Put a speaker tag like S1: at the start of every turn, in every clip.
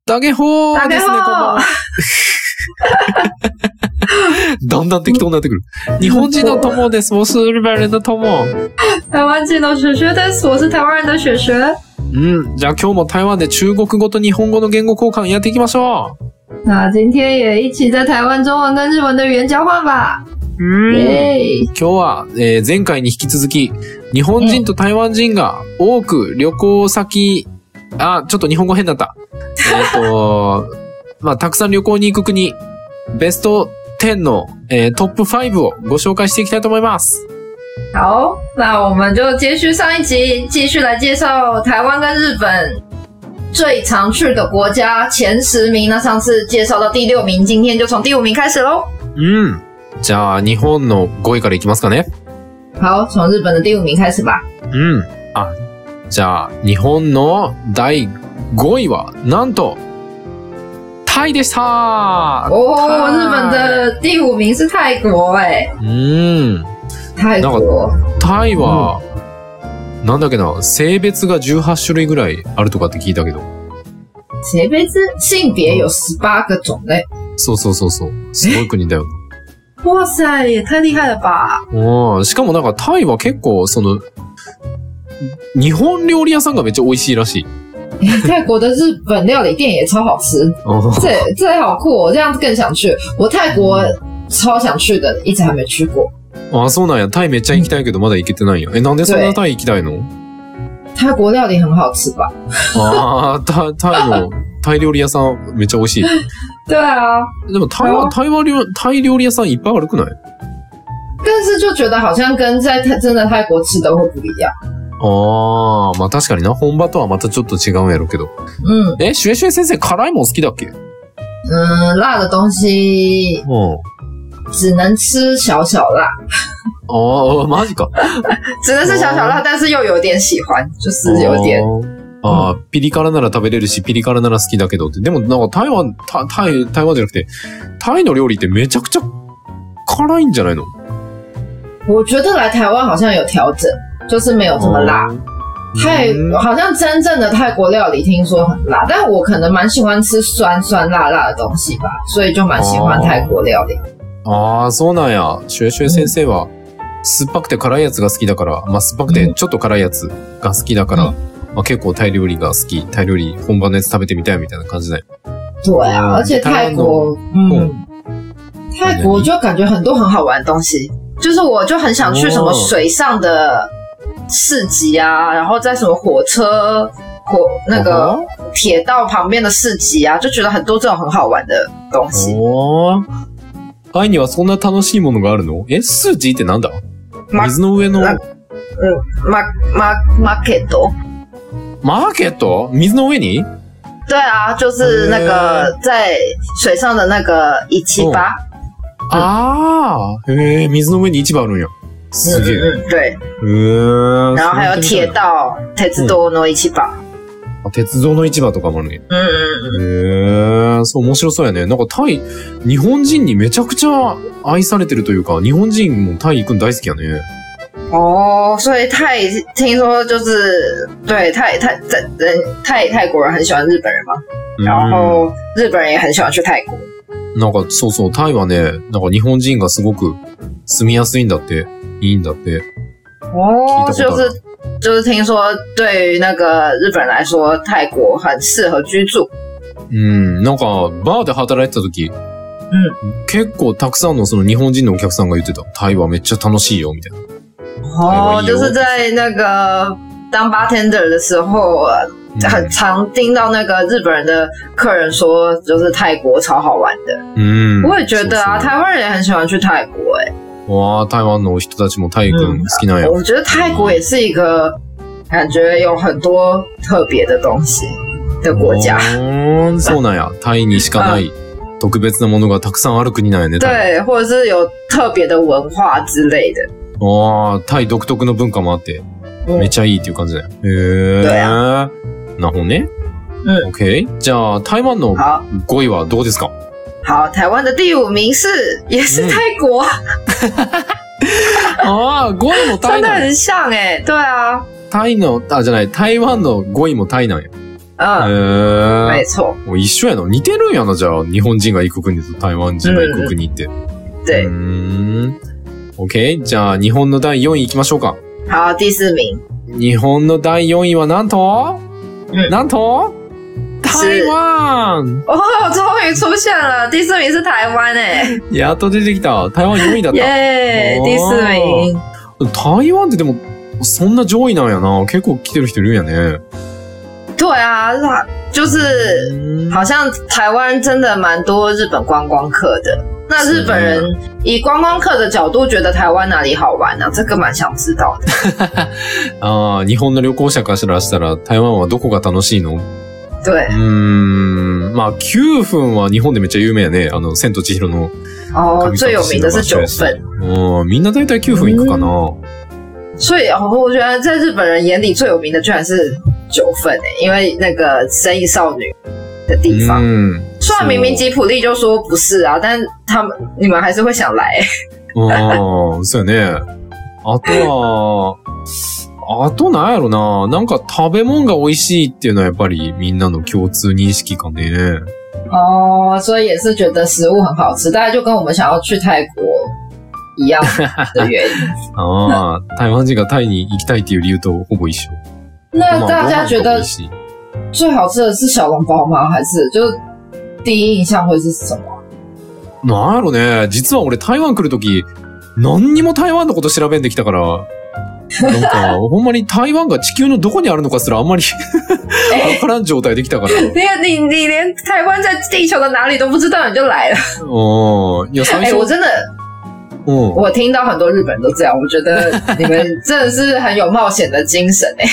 S1: 大家好ーですね、こんばんは。だんだん適当になってくる。日本人の友です。我是日本人的友。
S2: 台湾人の雪雪です。我是台湾人的雪雪。
S1: じゃあ今日も台湾で中国語と日本語の言語交換やっていきましょう。
S2: 那今天也一起在台湾中文跟日文的语言交换吧。
S1: 今日は、前回に引き続き、日本人と台湾人が多く旅行先、ちょっと日本語変だった。たくさん旅行に行く国、ベスト10の、トップ5をご紹介していきたいと思います。
S2: 好，那我们就接续上一集，继续来介绍台湾跟日本最常去的国家前10名。那上次介紹到第6名，今天就從第5名開始咯。
S1: じゃあ日本の5位からいきますかね。
S2: 好，從日本的第5名開始吧。
S1: じゃあ日本の第5位はなんとタイでした。
S2: 日本的第5名是泰國泰国。
S1: タイは、なんだっけな、性別が18種類ぐらいあるとかって聞いたけど。
S2: 性別性別有18個種類。
S1: そう。すごい国だよ。
S2: 哇塞，也太厲害了吧。
S1: しかもなんかタイは結構日本料理屋さんがめっちゃ美味しいらしい。
S2: 泰国的日本料理店也超好吃。这好酷哦，这样更想去。我泰国超想去的，一直还没去过。
S1: そうなんや。タイめっちゃ行きたいけどまだ行けてないよ。なんでそんなタイ行きたいの？
S2: 泰国料理很好吃吧？
S1: タイ料理屋さんめっちゃ美味しい。
S2: 对啊。
S1: でもタイ料理屋さんいっぱいあるくない？
S2: 但是就觉得好像跟在真的泰国吃的会不一样。
S1: 確かにな。本場とはまたちょっと違うんやろうけど。シュエシュエ先生辛いもん好きだっけ？
S2: 辣的东西。只能吃小小辣。
S1: マジか。
S2: 只能吃小小辣，但是又有点喜欢，就是有点。
S1: ピリ辛なら食べれるし、ピリ辛なら好きだけどって。でもなんか台湾じゃなくて、タイの料理ってめちゃくちゃ辛いんじゃないの？
S2: 我觉得来台湾好像有调整，就是没有这么辣。好像真正的泰国料理听说很辣，但我可能蛮喜欢吃酸酸辣辣的东西吧，所以就蛮喜欢泰国料理。
S1: そうなんや。シュエシュエ先生は酸っぱくて辛いやつが好きだから、酸っぱくてちょっと辛いやつが好きだから、結構タイ料理が好き。タイ料理本場のやつ食べてみたいみたいな感じだよ。
S2: 对啊，而且泰国就感觉很多很好玩的东西，就是我就很想去什么水上的市集啊，然后在什么那个铁道旁边的市集啊，就觉得很多这种很好玩的东西。
S1: タイにはそんな楽しいものがあるの？スージーってなんだ？水の上の。
S2: マーケット？
S1: マーケット？水の上に？
S2: 对啊，就是那个在水上的那个市場。
S1: 水の上に市場あるんや。すげえ。
S2: 对。然後还有铁道、鉄道の市場。
S1: 鉄道の市場とかもあるね。そう、面白そうやね。なんかタイ、日本人にめちゃくちゃ愛されてるというか、日本人もタイ行くの大好きやね。
S2: 所以听说就是对泰国人很喜欢日本人嘛，然后日本人也很喜欢去泰国。
S1: なんかそう、タイはね、なんか日本人がすごく住みやすいんだって、いいんだって。
S2: 就是听说对于那个日本人来说，泰国很适合居住。
S1: なんかバーで働いてた時、結構たくさんのその日本人のお客さんが言ってた。タイはめっちゃ楽しいよみたいな。
S2: 就是在那个当 bartender 的时候，很常听到那个日本人的客人说，就是泰国超好玩的。我也觉得啊，台湾人也很喜欢去泰国
S1: 台湾の人たちもタイ君好きなんや。
S2: 我觉得泰国也是一个感觉有很多特别的东西的国家。
S1: そうなんや。タイにしかない特別なものがたくさんある国なんやね。
S2: 对，或者是有特别的文化之类的。
S1: タイ独特の文化もあって、めっちゃいいっていう感じだよ。なるほどね。OK。じゃあ台湾の5位はどうですか？
S2: 好，台湾的第5名也是泰国。
S1: 5位もタイ
S2: 真的很像对啊。
S1: じゃない、台湾の5位もタイなんや。
S2: 没错。
S1: もう一緒やの。似てるんやな、じゃあ。日本人が行く国と台湾人が行く国って。
S2: 对。
S1: OK。じゃあ、日本の第4位行きましょうか。
S2: 好，第4名。
S1: 日本の第4位はなんと、なんと台湾
S2: 哦，终于出现了，第4名是台湾诶。
S1: やっと出てきた。台湾4位だった。
S2: 耶、第4名。
S1: 台湾ってでも、そんな上位なんやな。結構来てる人いるんやね。
S2: 对啊，就是好像台湾真的蛮多日本观光客的。那日本人以观光客的角度觉得台湾哪里好玩啊？这个蛮想知道的。
S1: ああ、日本の旅行者からしたら台湾はどこが楽しいの？
S2: 对。
S1: まあ9分は日本でめっちゃ有名やね。千と千尋の。
S2: 哦，最有名的是9分。
S1: みんなだいたい9分行くかな。
S2: 所以我觉得在日本人眼里最有名的居然是9分诶，因为那个生意少女的地方。虽然明明吉普力就说不是啊，但你们还是会想来。
S1: そうやね。あとなんやろな。なんか食べ物が美味しいっていうのはやっぱりみんなの共通認識かね。
S2: 所以也是觉得食物很好吃，大概就跟我们想要去泰国一样的原因。
S1: 台湾人がタイに行きたいっていう理由とほぼ一緒。
S2: 那大家觉得最好吃的是小笼包吗？还是就是第一印象会是什么？
S1: なんやろね。実は俺台湾来るとき何にも台湾のこと調べんできたから、なんかほんまに台湾が地球のどこにあるのかすらあんまりわからん状態できたから。
S2: 你连台湾在地球的哪里都不知道你就来了。
S1: いや最初
S2: 我真的。我听到很多日本人都这样，我觉得你们真的是很有冒险的精神诶。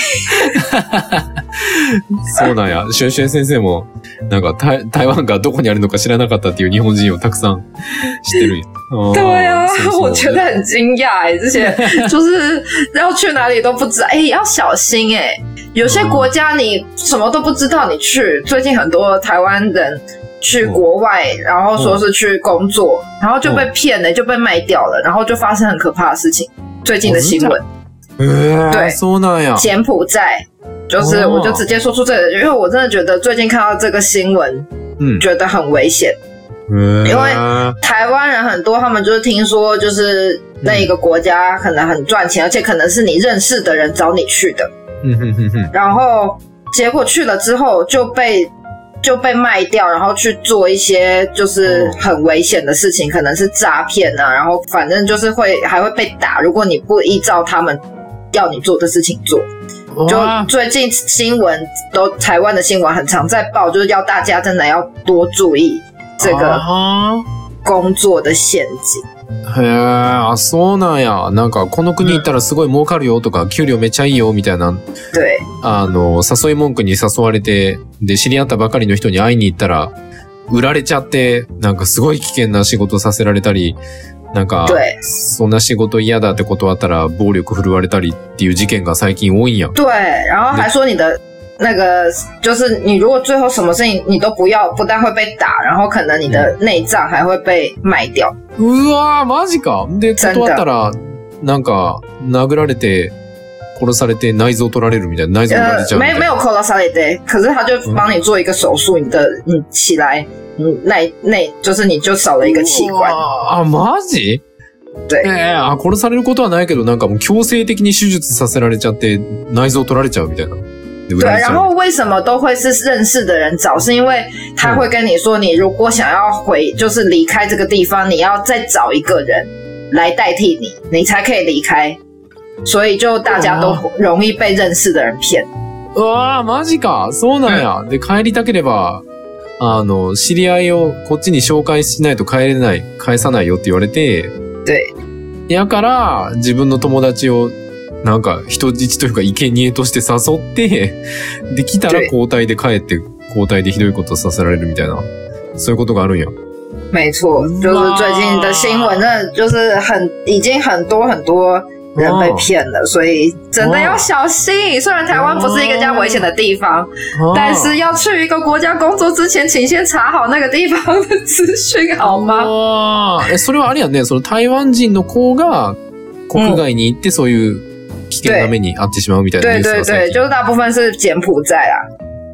S1: そうなんや。シュンシュン先生も、なんか台湾がどこにあるのか知らなかったっていう日本人をたくさん知ってる。
S2: 对啊，我觉得很惊讶诶，这些就是要去哪里都不知道，要小心诶。有些国家你什么都不知道，你去，最近很多台湾人去国外，然后说是去工作，然后就被骗了，就被卖掉了，然后就发生很可怕的事情。最近的新闻，对，
S1: そうなんや。
S2: 柬埔寨，就是我就直接说出这个，因为我真的觉得最近看到这个新闻，觉得很危险。因为台湾人很多，他们就是听说，就是那一个国家可能很赚钱，而且可能是你认识的人找你去的，然后结果去了之后就被卖掉，然后去做一些就是很危险的事情，可能是诈骗啊，然后反正就是还会被打，如果你不依照他们要你做的事情做。就最近新闻台湾的新闻很常在报，就是要大家真的要多注意这个工作的陷阱。
S1: そうなんや。なんか、この国行ったらすごい儲かるよとか、給料めっちゃいいよみたいな。
S2: 对。
S1: 誘い文句に誘われて、で、知り合ったばかりの人に会いに行ったら、売られちゃって、なんかすごい危険な仕事させられたり、なんか、そんな仕事嫌だって断ったら暴力振るわれたりっていう事件が最近多いんや。
S2: 对。然后还说你的那个就是你如果最后什么事情你都不要，不但会被打，然后可能你的内脏还会被卖掉。
S1: うわー、マジか。で、断ったら、なんか、殴られて、殺されて内臓取られるみたいな。内臓取られちゃうみたいな。
S2: 没有殺されて，可是他就帮你做一个手术，你起来，就是你就少了一个器官。
S1: マジ？
S2: 对。
S1: 殺されることはないけど、なんかもう強制的に手術させられちゃって、内臓取られちゃうみたいな。
S2: 对，然后为什么都会是认识的人找？是因为他会跟你说，你如果想要就是离开这个地方，你要再找一个人来代替你，你才可以离开。所以就大家都容易被认识的人骗。
S1: マジか。そうなんや。で、帰りたければ、知り合いをこっちに紹介しないと帰さないよって言われて。
S2: 对。
S1: やから、自分の友達を、なんか人質というか生贄として誘って、できたら交代で帰って交代でひどいことさせられるみたいな、そういうことがあるんや。
S2: 没错，就是最近的新闻，那就是已经很多人被骗了，所以真的要小心。虽然台湾不是一个这样危险的地方，但是要去一个国家工作之前，请先查好那个地方的资讯，好吗？
S1: それはあれやね、その台湾人の子が国外に行ってそういう危険な目に遭ってしまうみたいなニュースが。
S2: 对，就是大部分是柬埔寨啦。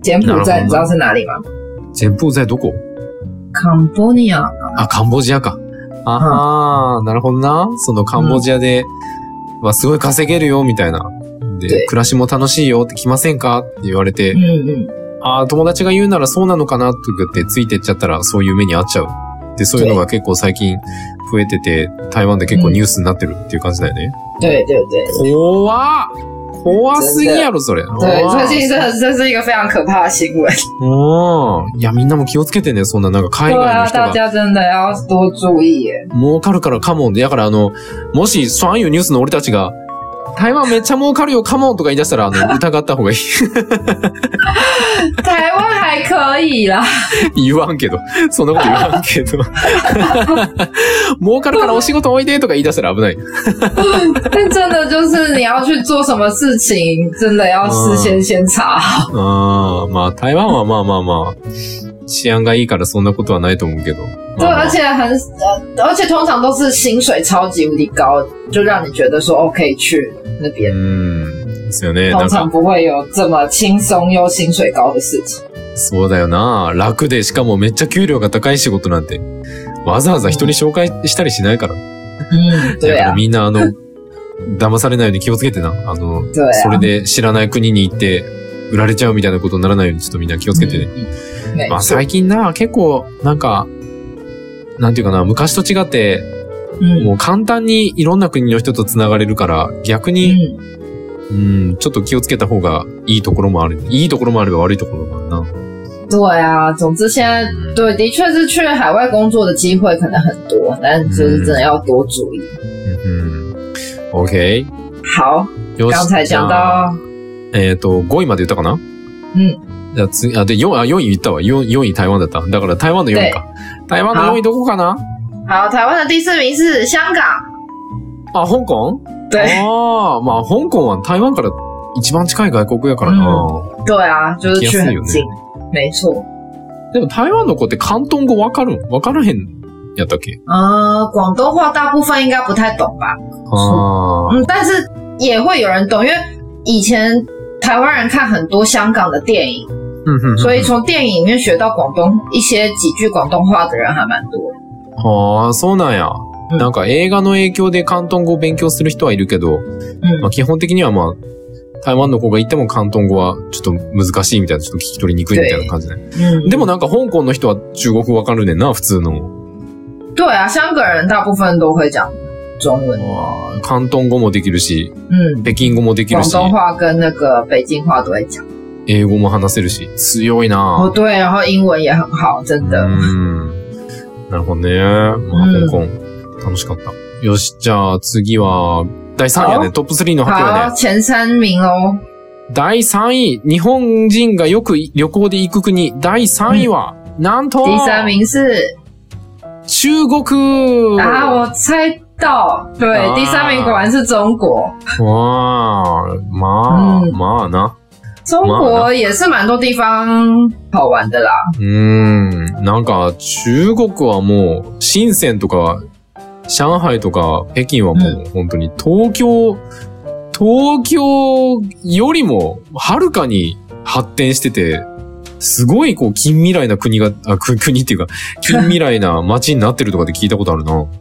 S2: 柬埔寨你知道是哪里吗？
S1: 柬埔寨どこ？
S2: カンボジア。
S1: あ、カンボジアか。ああ、なるほどな。そのカンボジアで、すごい稼げるよ、みたいな。で、暮らしも楽しいよって来ませんかって言われて、友達が言うならそうなのかなとかってついてっちゃったらそういう目に遭っちゃう。で、そういうのが結構最近増えてて、台湾で結構ニュースになってるっていう感じだよね。
S2: 对对对。
S1: 怖すぎやろ、それ。
S2: 对，最近这是一个非常可怕的新闻。
S1: いや、みんなも気をつけてね、そんななんか海外の人が。
S2: 大家真的要多注意耶。
S1: 儲かるからカモンで、だからもし、そういうニュースの俺たちが、台湾めっちゃ儲かるよ、カモンとか言い出したら、疑った方がいい。
S2: 台湾还可以啦。
S1: 言わんけど。そんなこと言わんけど。儲かるからお仕事おいでとか言い出したら危ない。
S2: 但真的就是你要去做什么事情，真的要事先查好。
S1: まあ台湾はまあ、治安がいいからそんなことはないと思うけど。
S2: 对，而且通常都是薪水超级无敌高，就让你觉得说 OK 去那边。
S1: ですよね。
S2: 通常不会有这么轻松又薪水高的事情。
S1: そうだよな。楽でしかもめっちゃ給料が高い仕事なんて、わざわざ人に紹介したりしないから。
S2: 对
S1: あ。みんな騙されないように気をつけてな。それで知らない国に行って売られちゃうみたいなことにならないようにちょっとみんな気をつけてね。まあ最近結構なんか、なんていうかな、昔と違って、もう簡単にいろんな国の人と繋がれるから、逆に、ちょっと気をつけた方がいいところもある。いいところもあれば悪いところもあるな。
S2: 对啊，总之现在对，的确是去海外工作的机会可能很多，但就是真的要多注意。
S1: OK。
S2: 好。刚才讲到
S1: 5位まで言ったかな？じゃあ次、で、4位言ったわ。4位台湾だった。だから台湾の4位か。台湾の4位どこかな？
S2: 好，台湾的第4名是香港。
S1: あ、香港？
S2: 对。
S1: まあ香港は台湾から一番近い外国やからな。
S2: 对啊，就是去很近。没错。
S1: でも台湾の子って広東語わからへんやったっけ？
S2: 广东话大部分应该不太懂吧？但是也会有人懂，因为以前台湾人看很多香港的电影，所以从电影里面学到一些几句广东话的人还蛮多的。
S1: そうなんや。なんか映画の影響で広東語を勉強する人はいるけど、基本的には台湾の子が言っても広東語はちょっと難しいみたいな、ちょっと聞き取りにくいみたいな感じで。でもなんか香港の人は中国語わかるねんな、普通の。
S2: 对啊，香港人大部分都会讲中文。
S1: 広東語もできるし、北京語もできるし。
S2: 广东话跟那个北京话都会讲。
S1: 英語も話せるし、強いな。
S2: 对，然后英文也很好，真的。
S1: なるほどね。香港、楽しかった。よし、じゃあ次は、第3位やね。トップ3の発表やね。
S2: 好、前3名哦。
S1: 第3位、日本人がよく旅行で行く国、第3位は、なんと
S2: 第3名是
S1: 中国
S2: 啊，我猜到，对，第3名果然是中国。
S1: 哇，まあな。
S2: 中国也是蛮多地方好玩的啦。
S1: なんか中国はもう深センとか上海とか北京はもう本当に東京よりもはるかに発展してて、すごい近未来な国っていうか近未来な街になってるとかって聞いたことあるな。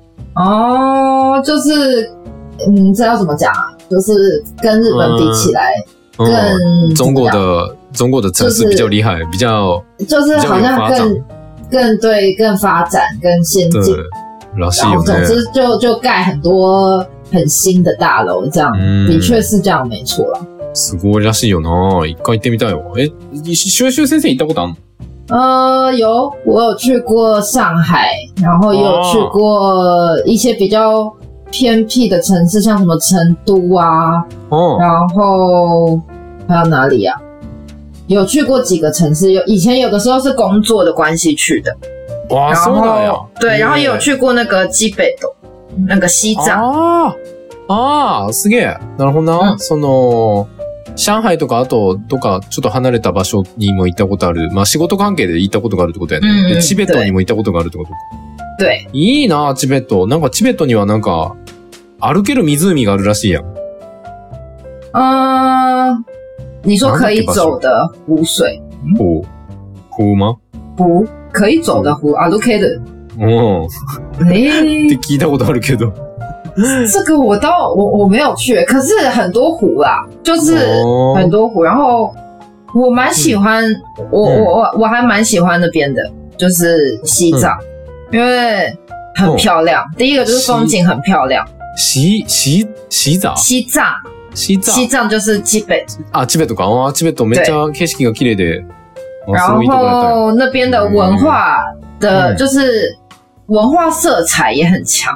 S2: 就是这要怎么讲啊？就是跟日本比起来。
S1: 中国的城市比较厉害，比较
S2: 就是好像更发展更先进，
S1: 然后
S2: 总之就盖很多很新的大楼，这样的确是这样没错啦。
S1: すごいらしいよな。一回行ってみたいわ。シュシュ先生行ったことある
S2: の？我有去过上海，然后也有去过一些比较偏僻的城市，像什么成都啊，然后还有哪里啊？有去过几个城市，以前有的时候是工作的关系去的。
S1: 哇，そうなんや。
S2: 对，然后也有去过那个基北的，那个西藏。
S1: すげえ。なるほどな。その上海とかあとどっかちょっと離れた場所にも行ったことある。まあ仕事関係で行ったことがあるってことやね。でチベットにも行ったことがあるってことか。
S2: 对。
S1: いいな、チベット。なんかチベットにはなんか歩ける湖があるらしいやん。
S2: 你说可以走的湖水。
S1: 湖吗？
S2: 湖可以走的湖，歩ける。
S1: 哦，って聞いたことあるけど。
S2: 这个我没有去，可是很多湖啦，就是很多湖，然后我蛮喜欢，我还蛮喜欢那边的，就是西藏，因为很漂亮。第一个就是风景很漂亮。
S1: 西藏？
S2: 西藏就是チベット。
S1: あ、チベットか。あ、チベットめっちゃ景色が綺麗で。
S2: 然后那边的文化的，就是文化色彩也很强。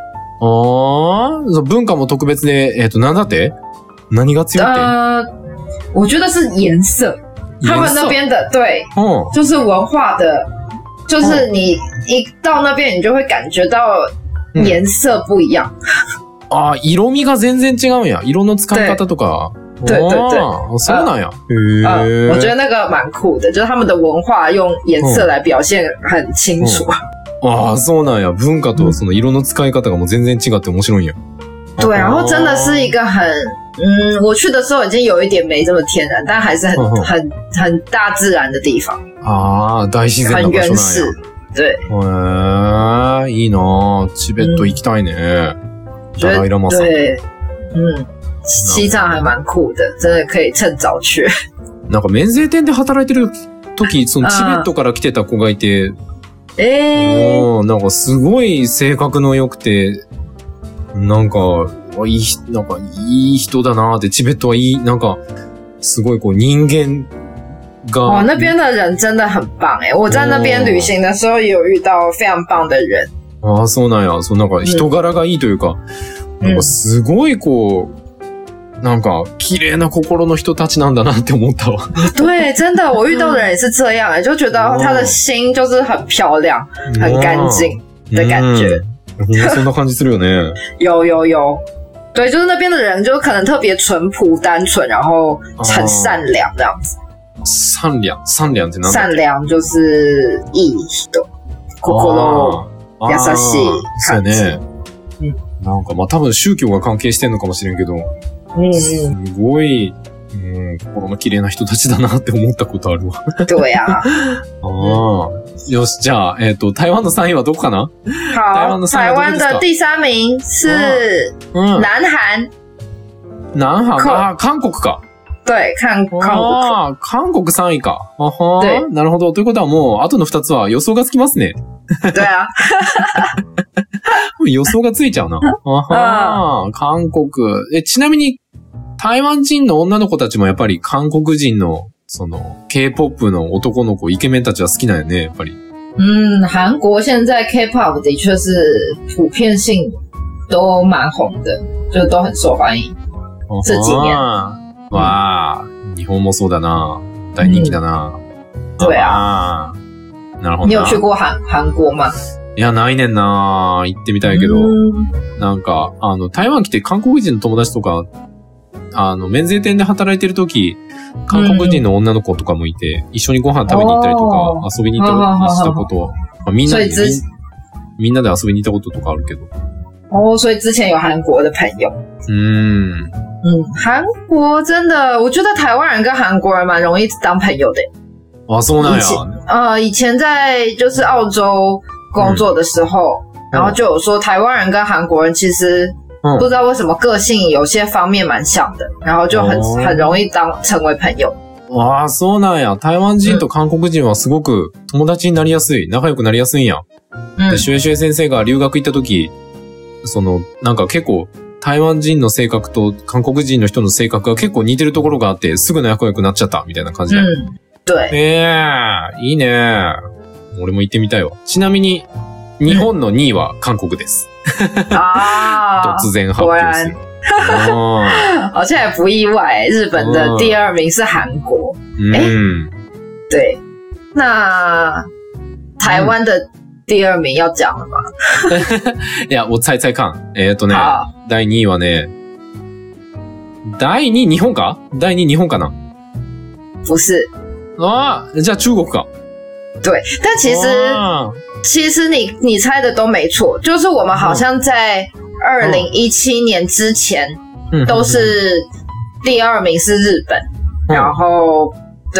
S1: 文化も特別で、なんだって？何が強いって？
S2: 我觉得是颜色。他们那边的对，就是文化的，就是你一到那边，你就会感觉到颜色不一样。
S1: あ、色味が全然違うんや。色の使い方とか。
S2: 对对对，
S1: そうなんや。
S2: 我觉得那个蛮酷的，就是他们的文化用颜色来表现很清楚。
S1: ああ、そうなんや。文化とその色の使い方がもう全然違って面白いんや。
S2: 对，然后真的是一个很，我去的时候已经有一点没这么天然，但还是很大自然的地方。
S1: ああ、大自然の場所なんや。很原始。
S2: 对。
S1: いいな。チベット行きたいね。ダライラマさん。
S2: 对，西藏还蛮酷的，真的可以趁早去。
S1: なんか免税店で働いてる時、そのチベットから来てた子がいて、なんかすごい性格の良くて、なんかいい人だなーって、チベットはいい、なんかすごいこう人間が。
S2: 哇，那边的人真的很棒诶！我在那边旅行的时候也有遇到非常棒的人。
S1: ああ、そうなんや。そうなんか人柄がいいというか、なんかすごいこう、なんか綺麗な心の人たちなんだなって思ったわ。
S2: 对，真的，我遇到的人也是这样就觉得他的心就是很漂亮、很干净的感觉。
S1: そんな感じするよね。
S2: 有，对，就是那边的人就可能特別淳朴、单纯，然后很善良这样子。
S1: 善良って何だ？
S2: 善良就是いい人。心優しい感じ。そうね。
S1: なんかまあ多分宗教が関係してんのかもしれんけど、すごい、心の綺麗な人たちだなって思ったことあるわ。
S2: 对呀。
S1: よし、じゃあ、台湾の3位はどこかな？
S2: 好，台湾的第3名是南韓。
S1: 南韓？韓国か。
S2: 对，韓国。
S1: 韓国3位か。なるほど。ということはもう、あとの2つは予想がつきますね。
S2: 对啊。
S1: 予想がついちゃうな。韓国。ちなみに、台湾人の女の子たちもやっぱり韓国人の、その、K-POP の男の子、イケメンたちは好きなんよね、やっぱり。
S2: 韓国现在 K-POP 的确是普遍性都蛮红的，就都很受欢迎。这几年。
S1: わー、日本もそうだな。大人気だな。
S2: 对啊。
S1: なるほど。
S2: 你有去过韓国吗？
S1: いや、ないねんな。行ってみたいけど。なんか、台湾来て韓国人の友達とか、免税店で働いてるとき、韓国人の女の子とかもいて、一緒にご飯食べに行ったりとか、遊びに行ったりしたこと、みんなで遊びに行ったこととかあるけど。
S2: 所以之前有韩国的朋友。韩国真的，我觉得台湾人跟韩国人蛮容易当朋友的。
S1: 啊，そうなんや。
S2: 以前在就是澳洲工作的时候，然后就有说台湾人跟韩国人其实不知道为什么个性有些方面蛮像的，然后就很容易成为朋友。
S1: わあ、そうなんや。台湾人と韓国人はすごく友達になりやすい、仲良くなりやすいんや。で、シュエシュエ先生が留学行った時、なんか結構台湾人の性格と韓国人の人の性格が結構似てるところがあって、すぐ仲良くなっちゃったみたいな感じだ。
S2: 对。
S1: いいね。俺も行ってみたいわ。ちなみに、日本の2位は韓国です。突然発表する。
S2: 好像也不意外，日本的第2名是韩国。对。那台湾的第2名要讲了吗？
S1: いや、我猜猜看。第2位はね、第2位日本か？第2位日本かな？
S2: 不是。
S1: じゃあ中国か。
S2: 对，但其实你猜的都没错，就是我们好像在2017年之前都是第2名是日本，然后对，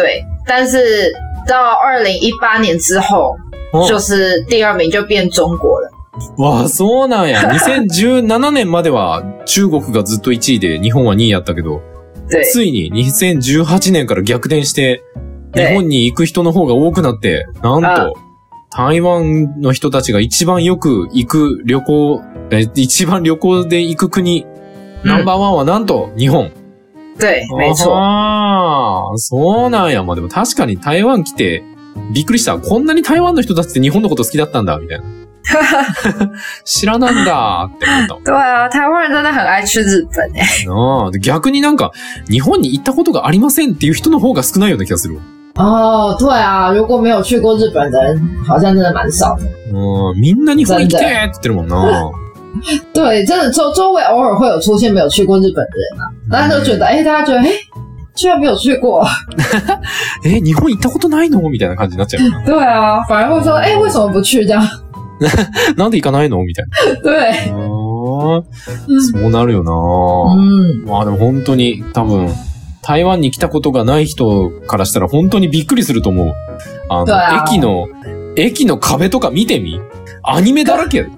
S2: 但是到2018年之后，就是第2名就变中国了。
S1: わあ、そうなんや。2017年までは中国がずっと1位で日本は2位やったけど、ついに2018年から逆転して、日本に行く人の方が多くなって、なんと、台湾の人たちが一番よく行く旅行、一番旅行で行く国、ナンバーワンはなんと日本。
S2: 对、没错。
S1: ああ、そうなんや。まあでも確かに台湾来て、びっくりした。こんなに台湾の人たちって日本のこと好きだったんだ、みたいな。知らなんだって思った。
S2: 对啊，台湾人真的很爱去日本
S1: 逆になんか、日本に行ったことがありませんっていう人の方が少ないような気がする。
S2: 哦，对啊，如果没有去过日本的人，好像真的蛮少的。
S1: みんな日本行きてーって言ってるもんな。
S2: 对，真的周围偶尔会有出现没有去过日本的人啊，大家都觉得，大家觉得，居然没有去过。
S1: 日本行ったことないのみたいな感じになっちゃう。
S2: 对啊，反而会说，为什么不去这样？
S1: なんで行かないのみたいな。
S2: 对。
S1: そうなるよな。まあでも本当に多分、台湾に来たことがない人からしたら本当にびっくりすると思う。駅の壁とか見てみ。アニメだらけ。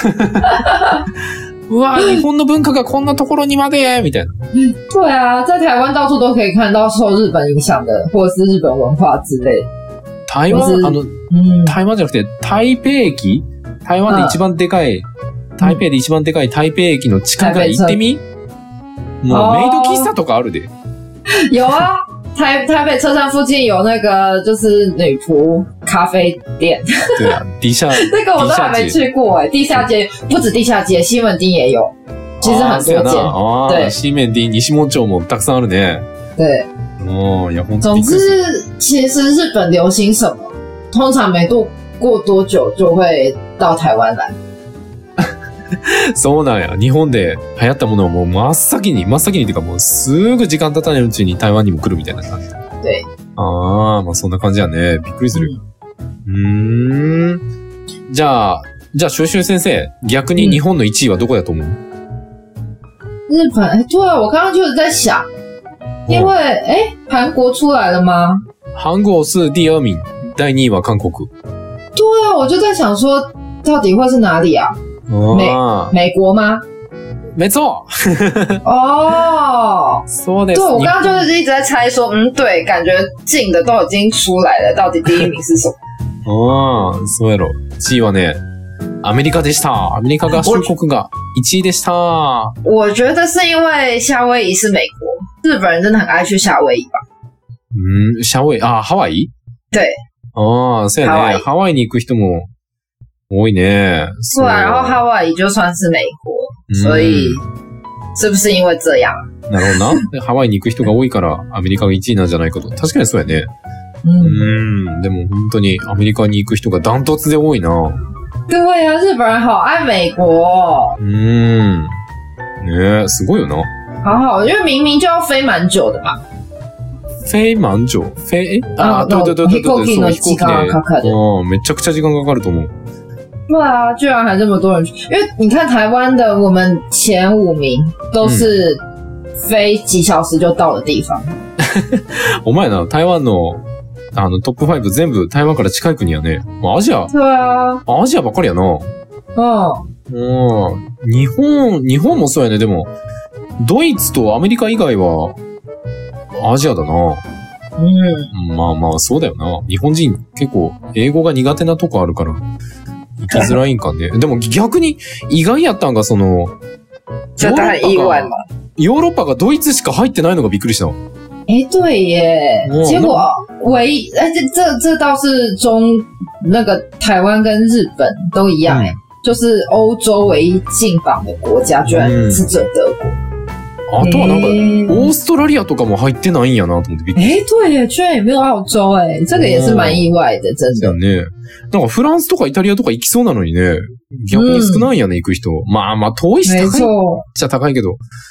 S1: うわ、日本の文化がこんなところにまでみたいな。
S2: 对啊，在台湾到处都可以看到受日本影响的，或者是日本文化之类。
S1: 台湾台湾じゃなくて台北駅？台湾で一番でかい、台北で一番でかい台北駅の地下街行ってみ？もうメイド喫茶とかあるで。
S2: 有啊，台北车站附近有那个就是女仆咖啡店。
S1: 对啊，地下
S2: 那个我都还没去过地下街不止地下街，西门町也有，其实很多间。
S1: 对，西门町、西門町もたくさんあるね。
S2: 对。
S1: いや本当。
S2: 总之，其实日本流行什么，通常没过多久就会到台湾来。
S1: そうなんや。日本で流行ったものをもう真っ先にっていうかもうすぐ時間経たないうちに台湾にも来るみたいな感じ。
S2: 对。
S1: まあそんな感じやね。びっくりする。じゃあ、シュウシュウ先生、逆に日本の1位はどこだと思う？
S2: 日本？对啊，我刚刚就是在想，因为韩国出来了吗？
S1: 韩国是第2名，第2位は韓国。
S2: 对啊，我就在想说，到底会是哪里啊？美国吗？
S1: 没错。そうです。
S2: 对，我刚刚就是一直在猜说，对，感觉近的都已经出来了，到底第1名是什么？
S1: そうやろ。1位はね、アメリカでした。アメリカ合衆国が1位でした。
S2: 我觉得是因为夏威夷是美国，日本人真的很爱去夏威夷吧？
S1: 夏威夷、ハワイ？
S2: 对。
S1: そうやね。ハワイに行く人も多いね。
S2: 对啊，然后ハワイ就算是美国，所以是不是因为这样？
S1: なるほどな。ハワイに行く人が多いからアメリカが1位なんじゃないかと。確かにそうやね。でも本当にアメリカに行く人がダントツで多いな。
S2: 对啊，日本人好爱美国。
S1: ねすごいよな。
S2: 好，因为明明就要飛蛮久的嘛。
S1: 飛蛮久？對、
S2: 飛行機の時間がかかる。
S1: めちゃくちゃ時間かかると思う。
S2: 对啊，居然还这么多人去，因为你看台湾的我们前5名都是飞几小时就到的地方。
S1: お前な、台湾のトップ5全部台湾から近い国やね。アジア？
S2: 对啊。
S1: アジアばっかりやな。日本もそうやね。でも、ドイツとアメリカ以外はアジアだな。まあまあ、そうだよな。日本人結構英語が苦手なとこあるから、行きづらいんかね。でも逆に意外やったんが、ヨーロッパがドイツしか入ってないのがびっくりした。
S2: 对耶。结果唯一，这倒是那个台湾跟日本都一样就是欧洲唯一进榜的国家居然是只有德国。
S1: あとはなんか、オーストラリアとかも入ってないんやなと思ってびっくり。
S2: 对耶，居然也没有澳洲这个也是蛮意外的，真的。
S1: ね。なんかフランスとかイタリアとか行きそうなのにね、逆に少ないんやね、行く人。まあまあ遠いし高いっちゃ高いけど。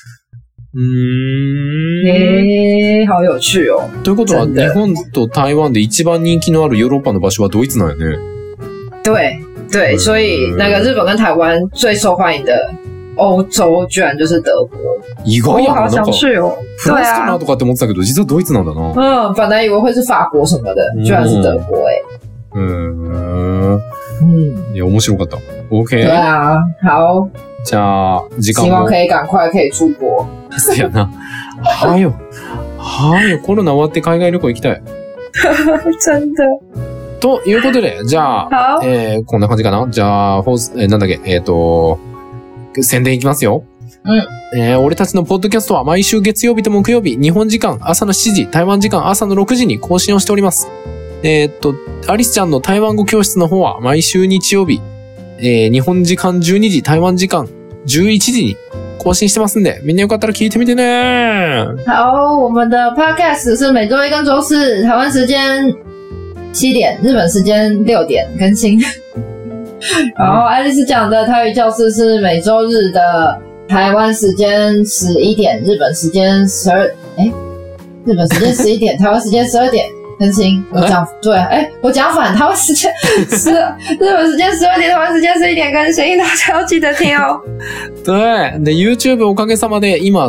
S2: 好有趣哦。
S1: ということは、日本と台湾で一番人気のあるヨーロッパの場所はドイツなんやね。
S2: 对，所以那个日本跟台湾最受欢迎的欧洲居然就是德国，
S1: 意外やな。
S2: 好想去哦。
S1: フランスかなとかって思ってたけど、実はドイツなんだな。
S2: 本来以为会是法国什么的，居然是德国
S1: いや、面白かった。OK。
S2: 对啊，好。
S1: じゃあ、時間も。
S2: 希望可以赶快可以出国。
S1: そうやな。はよ。コロナ終わって海外旅行行きたい。
S2: 真的。
S1: ということで、じゃあ、こんな感じかな。じゃあ、なんだっけ、宣伝いきますよ。俺たちのポッドキャストは毎週月曜日と木曜日、日本時間朝の7時、台湾時間朝の6時に更新をしております。アリスちゃんの台湾語教室の方は毎週日曜日、日本時間12時、台湾時間11時に更新してますんで、みんなよかったら聞いてみてね。
S2: 好，我们的 podcast 是每周一跟周四，台湾时间7点，日本时间6点更新。然后爱丽丝讲的台语教室是每周日的台湾时间11点，日本时间日本时间11点，台湾时间12点更新。我讲对，我讲反，台湾时间日本時間12點、台湾時間11點更新，大家要記得聽哦。
S1: 对。で、YouTube おかげさまで今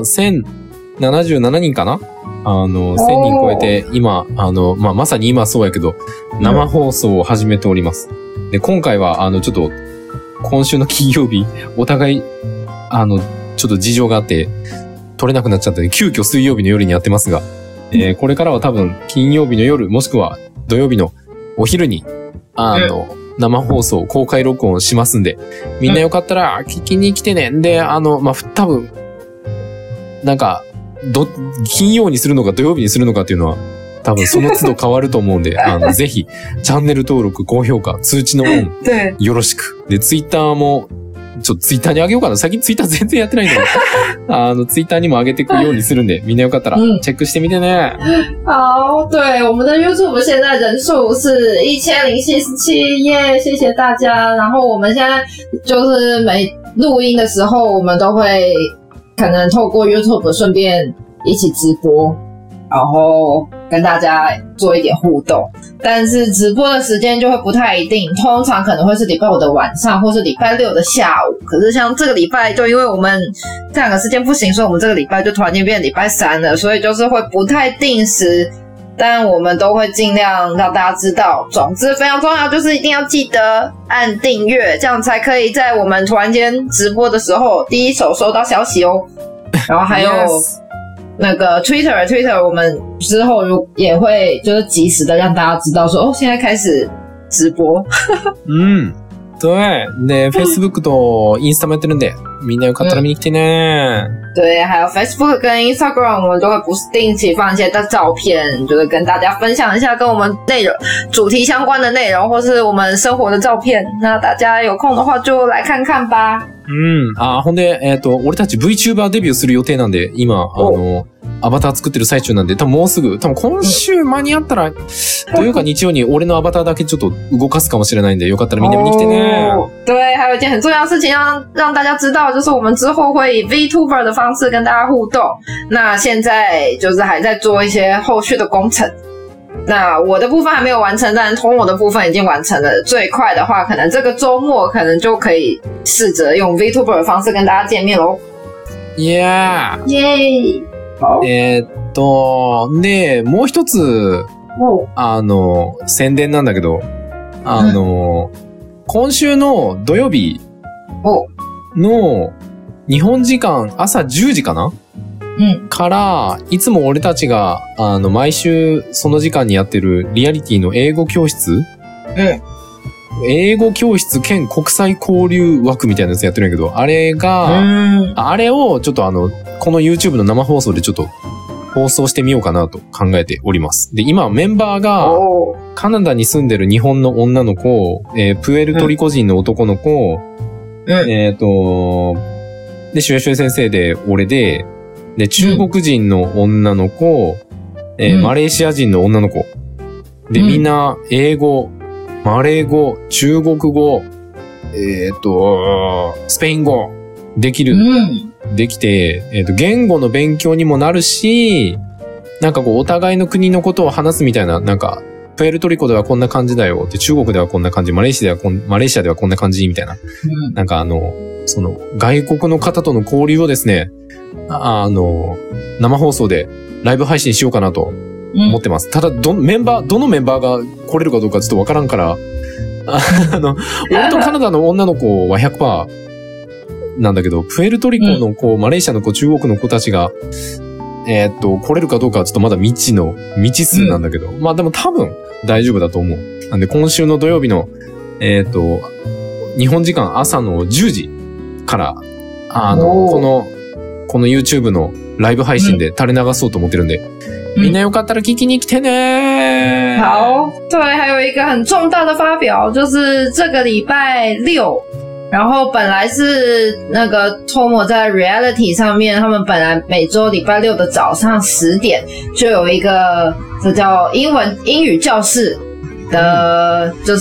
S1: 1077人かな1000人超えて、今、まさに今そうやけど、生放送を始めております。で、今回は、ちょっと、今週の金曜日、お互い、ちょっと事情があって、撮れなくなっちゃったんで、急遽水曜日の夜にやってますが、これからは多分、金曜日の夜、もしくは土曜日のお昼に、生放送、公開録音しますんで、みんなよかったら聞きに来てね。で、多分、なんか、金曜にするのか土曜日にするのかっていうのは、多分その都度変わると思うんで、ぜひ、チャンネル登録、高評価、通知のオン、よろしく。で、ツイッターも、ツイッターにあげようかな。最近ツイッター全然やってないんだけど、ツイッターにも上げていくようにするんで、みんなよかったら、チェックしてみてね。
S2: 好，对，我们的 YouTube 现在人数是1077耶，谢谢大家。然后我们现在就是每录音的时候，我们都会可能透过 YouTube 顺便一起直播，然后跟大家做一点互动，但是直播的时间就会不太一定，通常可能会是礼拜5的晚上或是礼拜6的下午。可是像这个礼拜，就因为我们这两个时间不行，所以我们这个礼拜就突然间变礼拜3了，所以就是会不太定时，但我们都会尽量让大家知道。总之非常重要，就是一定要记得按订阅，这样才可以在我们突然间直播的时候第一手收到消息哦。然后还有那个 Twitter 我们之后也会就是及时的让大家知道说现在开始直播。
S1: 对。で、Facebook とインスタもやってるんで、みんなよかったら見に来てね。
S2: 对，还有 Facebook 跟 Instagram 我们都会不定期放一些照片，就是跟大家分享一下跟我们主题相关的内容，或是我们生活的照片。那大家有空的话就来看看吧。
S1: ほんで、俺たち VTuber デビューする予定なんで、今、アバター作ってる最中なんで、多分今週間に合ったら、土曜か日曜に俺のアバターだけちょっと動かすかもしれないんで、よかったらみんな見に来てね。
S2: 对，还有一件很重要的事情让大家知道，就是我们之后会以 VTuber 的方式跟大家互动。那现在就是还在做一些后续的工程。那我的部分还没有完成，但同我的部分已经完成了。最快的话，可能这个周末可能就可以试着用 VTuber 的方式跟大家见面咯。
S1: Yeah！
S2: 耶！好。
S1: で、もう一つ、宣伝なんだけど、今週の土曜日の日本時間朝10時かな？から、いつも俺たちが、毎週その時間にやってるリアリティの英語教室？英語教室兼国際交流枠みたいなやつやってるんやけど、あれをちょっとこの YouTube の生放送でちょっと放送してみようかなと考えております。で、今メンバーが、カナダに住んでる日本の女の子、プエルトリコ人の男の子、で、シュエシュエ先生で俺で、中国人の女の子、マレーシア人の女の子。で、みんな、英語、マレー語、中国語、スペイン語、できて、言語の勉強にもなるし、なんかお互いの国のことを話すみたいな、なんか、プエルトリコではこんな感じだよ。で、中国ではこんな感じ、マレーシアではこんな感じ、みたいな。なんかその外国の方との交流をですね、生放送でライブ配信しようかなと思ってます。ただ、どのメンバーが来れるかどうかちょっとわからんから、俺とカナダの女の子は 100% なんだけど、プエルトリコの子、マレーシアの子、中国の子たちが、来れるかどうかはちょっとまだ未知数なんだけど、まあでも多分大丈夫だと思う。なんで今週の土曜日の、日本時間朝の10時から、この YouTube のライブ配信で垂れ流そうと思ってるんで、みんなよかったら聞きに来てね。
S2: 好，对，还有一个很重大的发表，就是这个礼拜六，然后本来是那个 Tomo 在 Reality 上面，他们本来每周礼拜六的早上10点就有一个这叫英语教室的，就是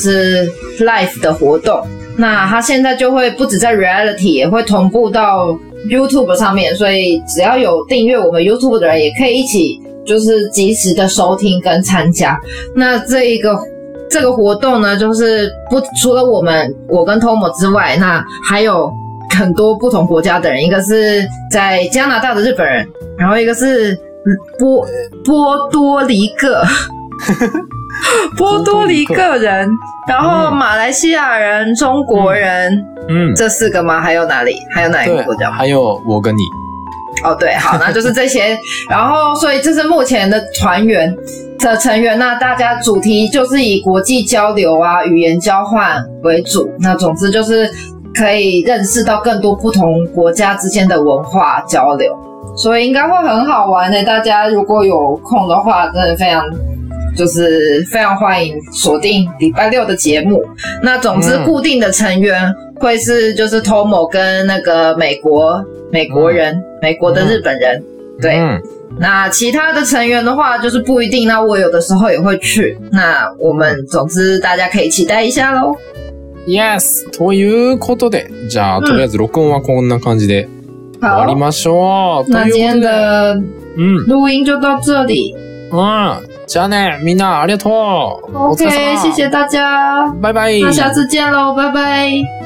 S2: Live 的活动。那他现在就会不止在 Reality， 也会同步到 YouTube 上面，所以只要有订阅我们 YouTube 的人，也可以一起就是及时的收听跟参加。那这个活动呢，就是除了我跟 Tomo 之外，那还有很多不同国家的人，一个是在加拿大的日本人，然后一个是波多黎各波多黎各人，然后马来西亚人、中国人，这4个吗？还有哪里？还有哪一个国家？
S1: 还有我跟你。
S2: 哦，对，好，那就是这些。然后，所以这是目前的团员的成员。那大家主题就是以国际交流啊、语言交换为主。那总之就是可以认识到更多不同国家之间的文化交流，所以应该会很好玩的。大家如果有空的话，真的非常欢迎锁定礼拜六的节目。那总之固定的成员会是就是 Tomo 跟那个美国人，美国的日本人，对。那其他的成员的话就是不一定，那我有的时候也会去。那我们总之大家可以期待一下咯。
S1: Yes! ということで、じゃあとりあえず録音はこんな感じで終わりましょう。
S2: 那今天的录音就到这里。
S1: じゃあね、みんなありがとう。
S2: OK， 谢谢大家。
S1: 拜拜。
S2: 那下次见咯，拜拜。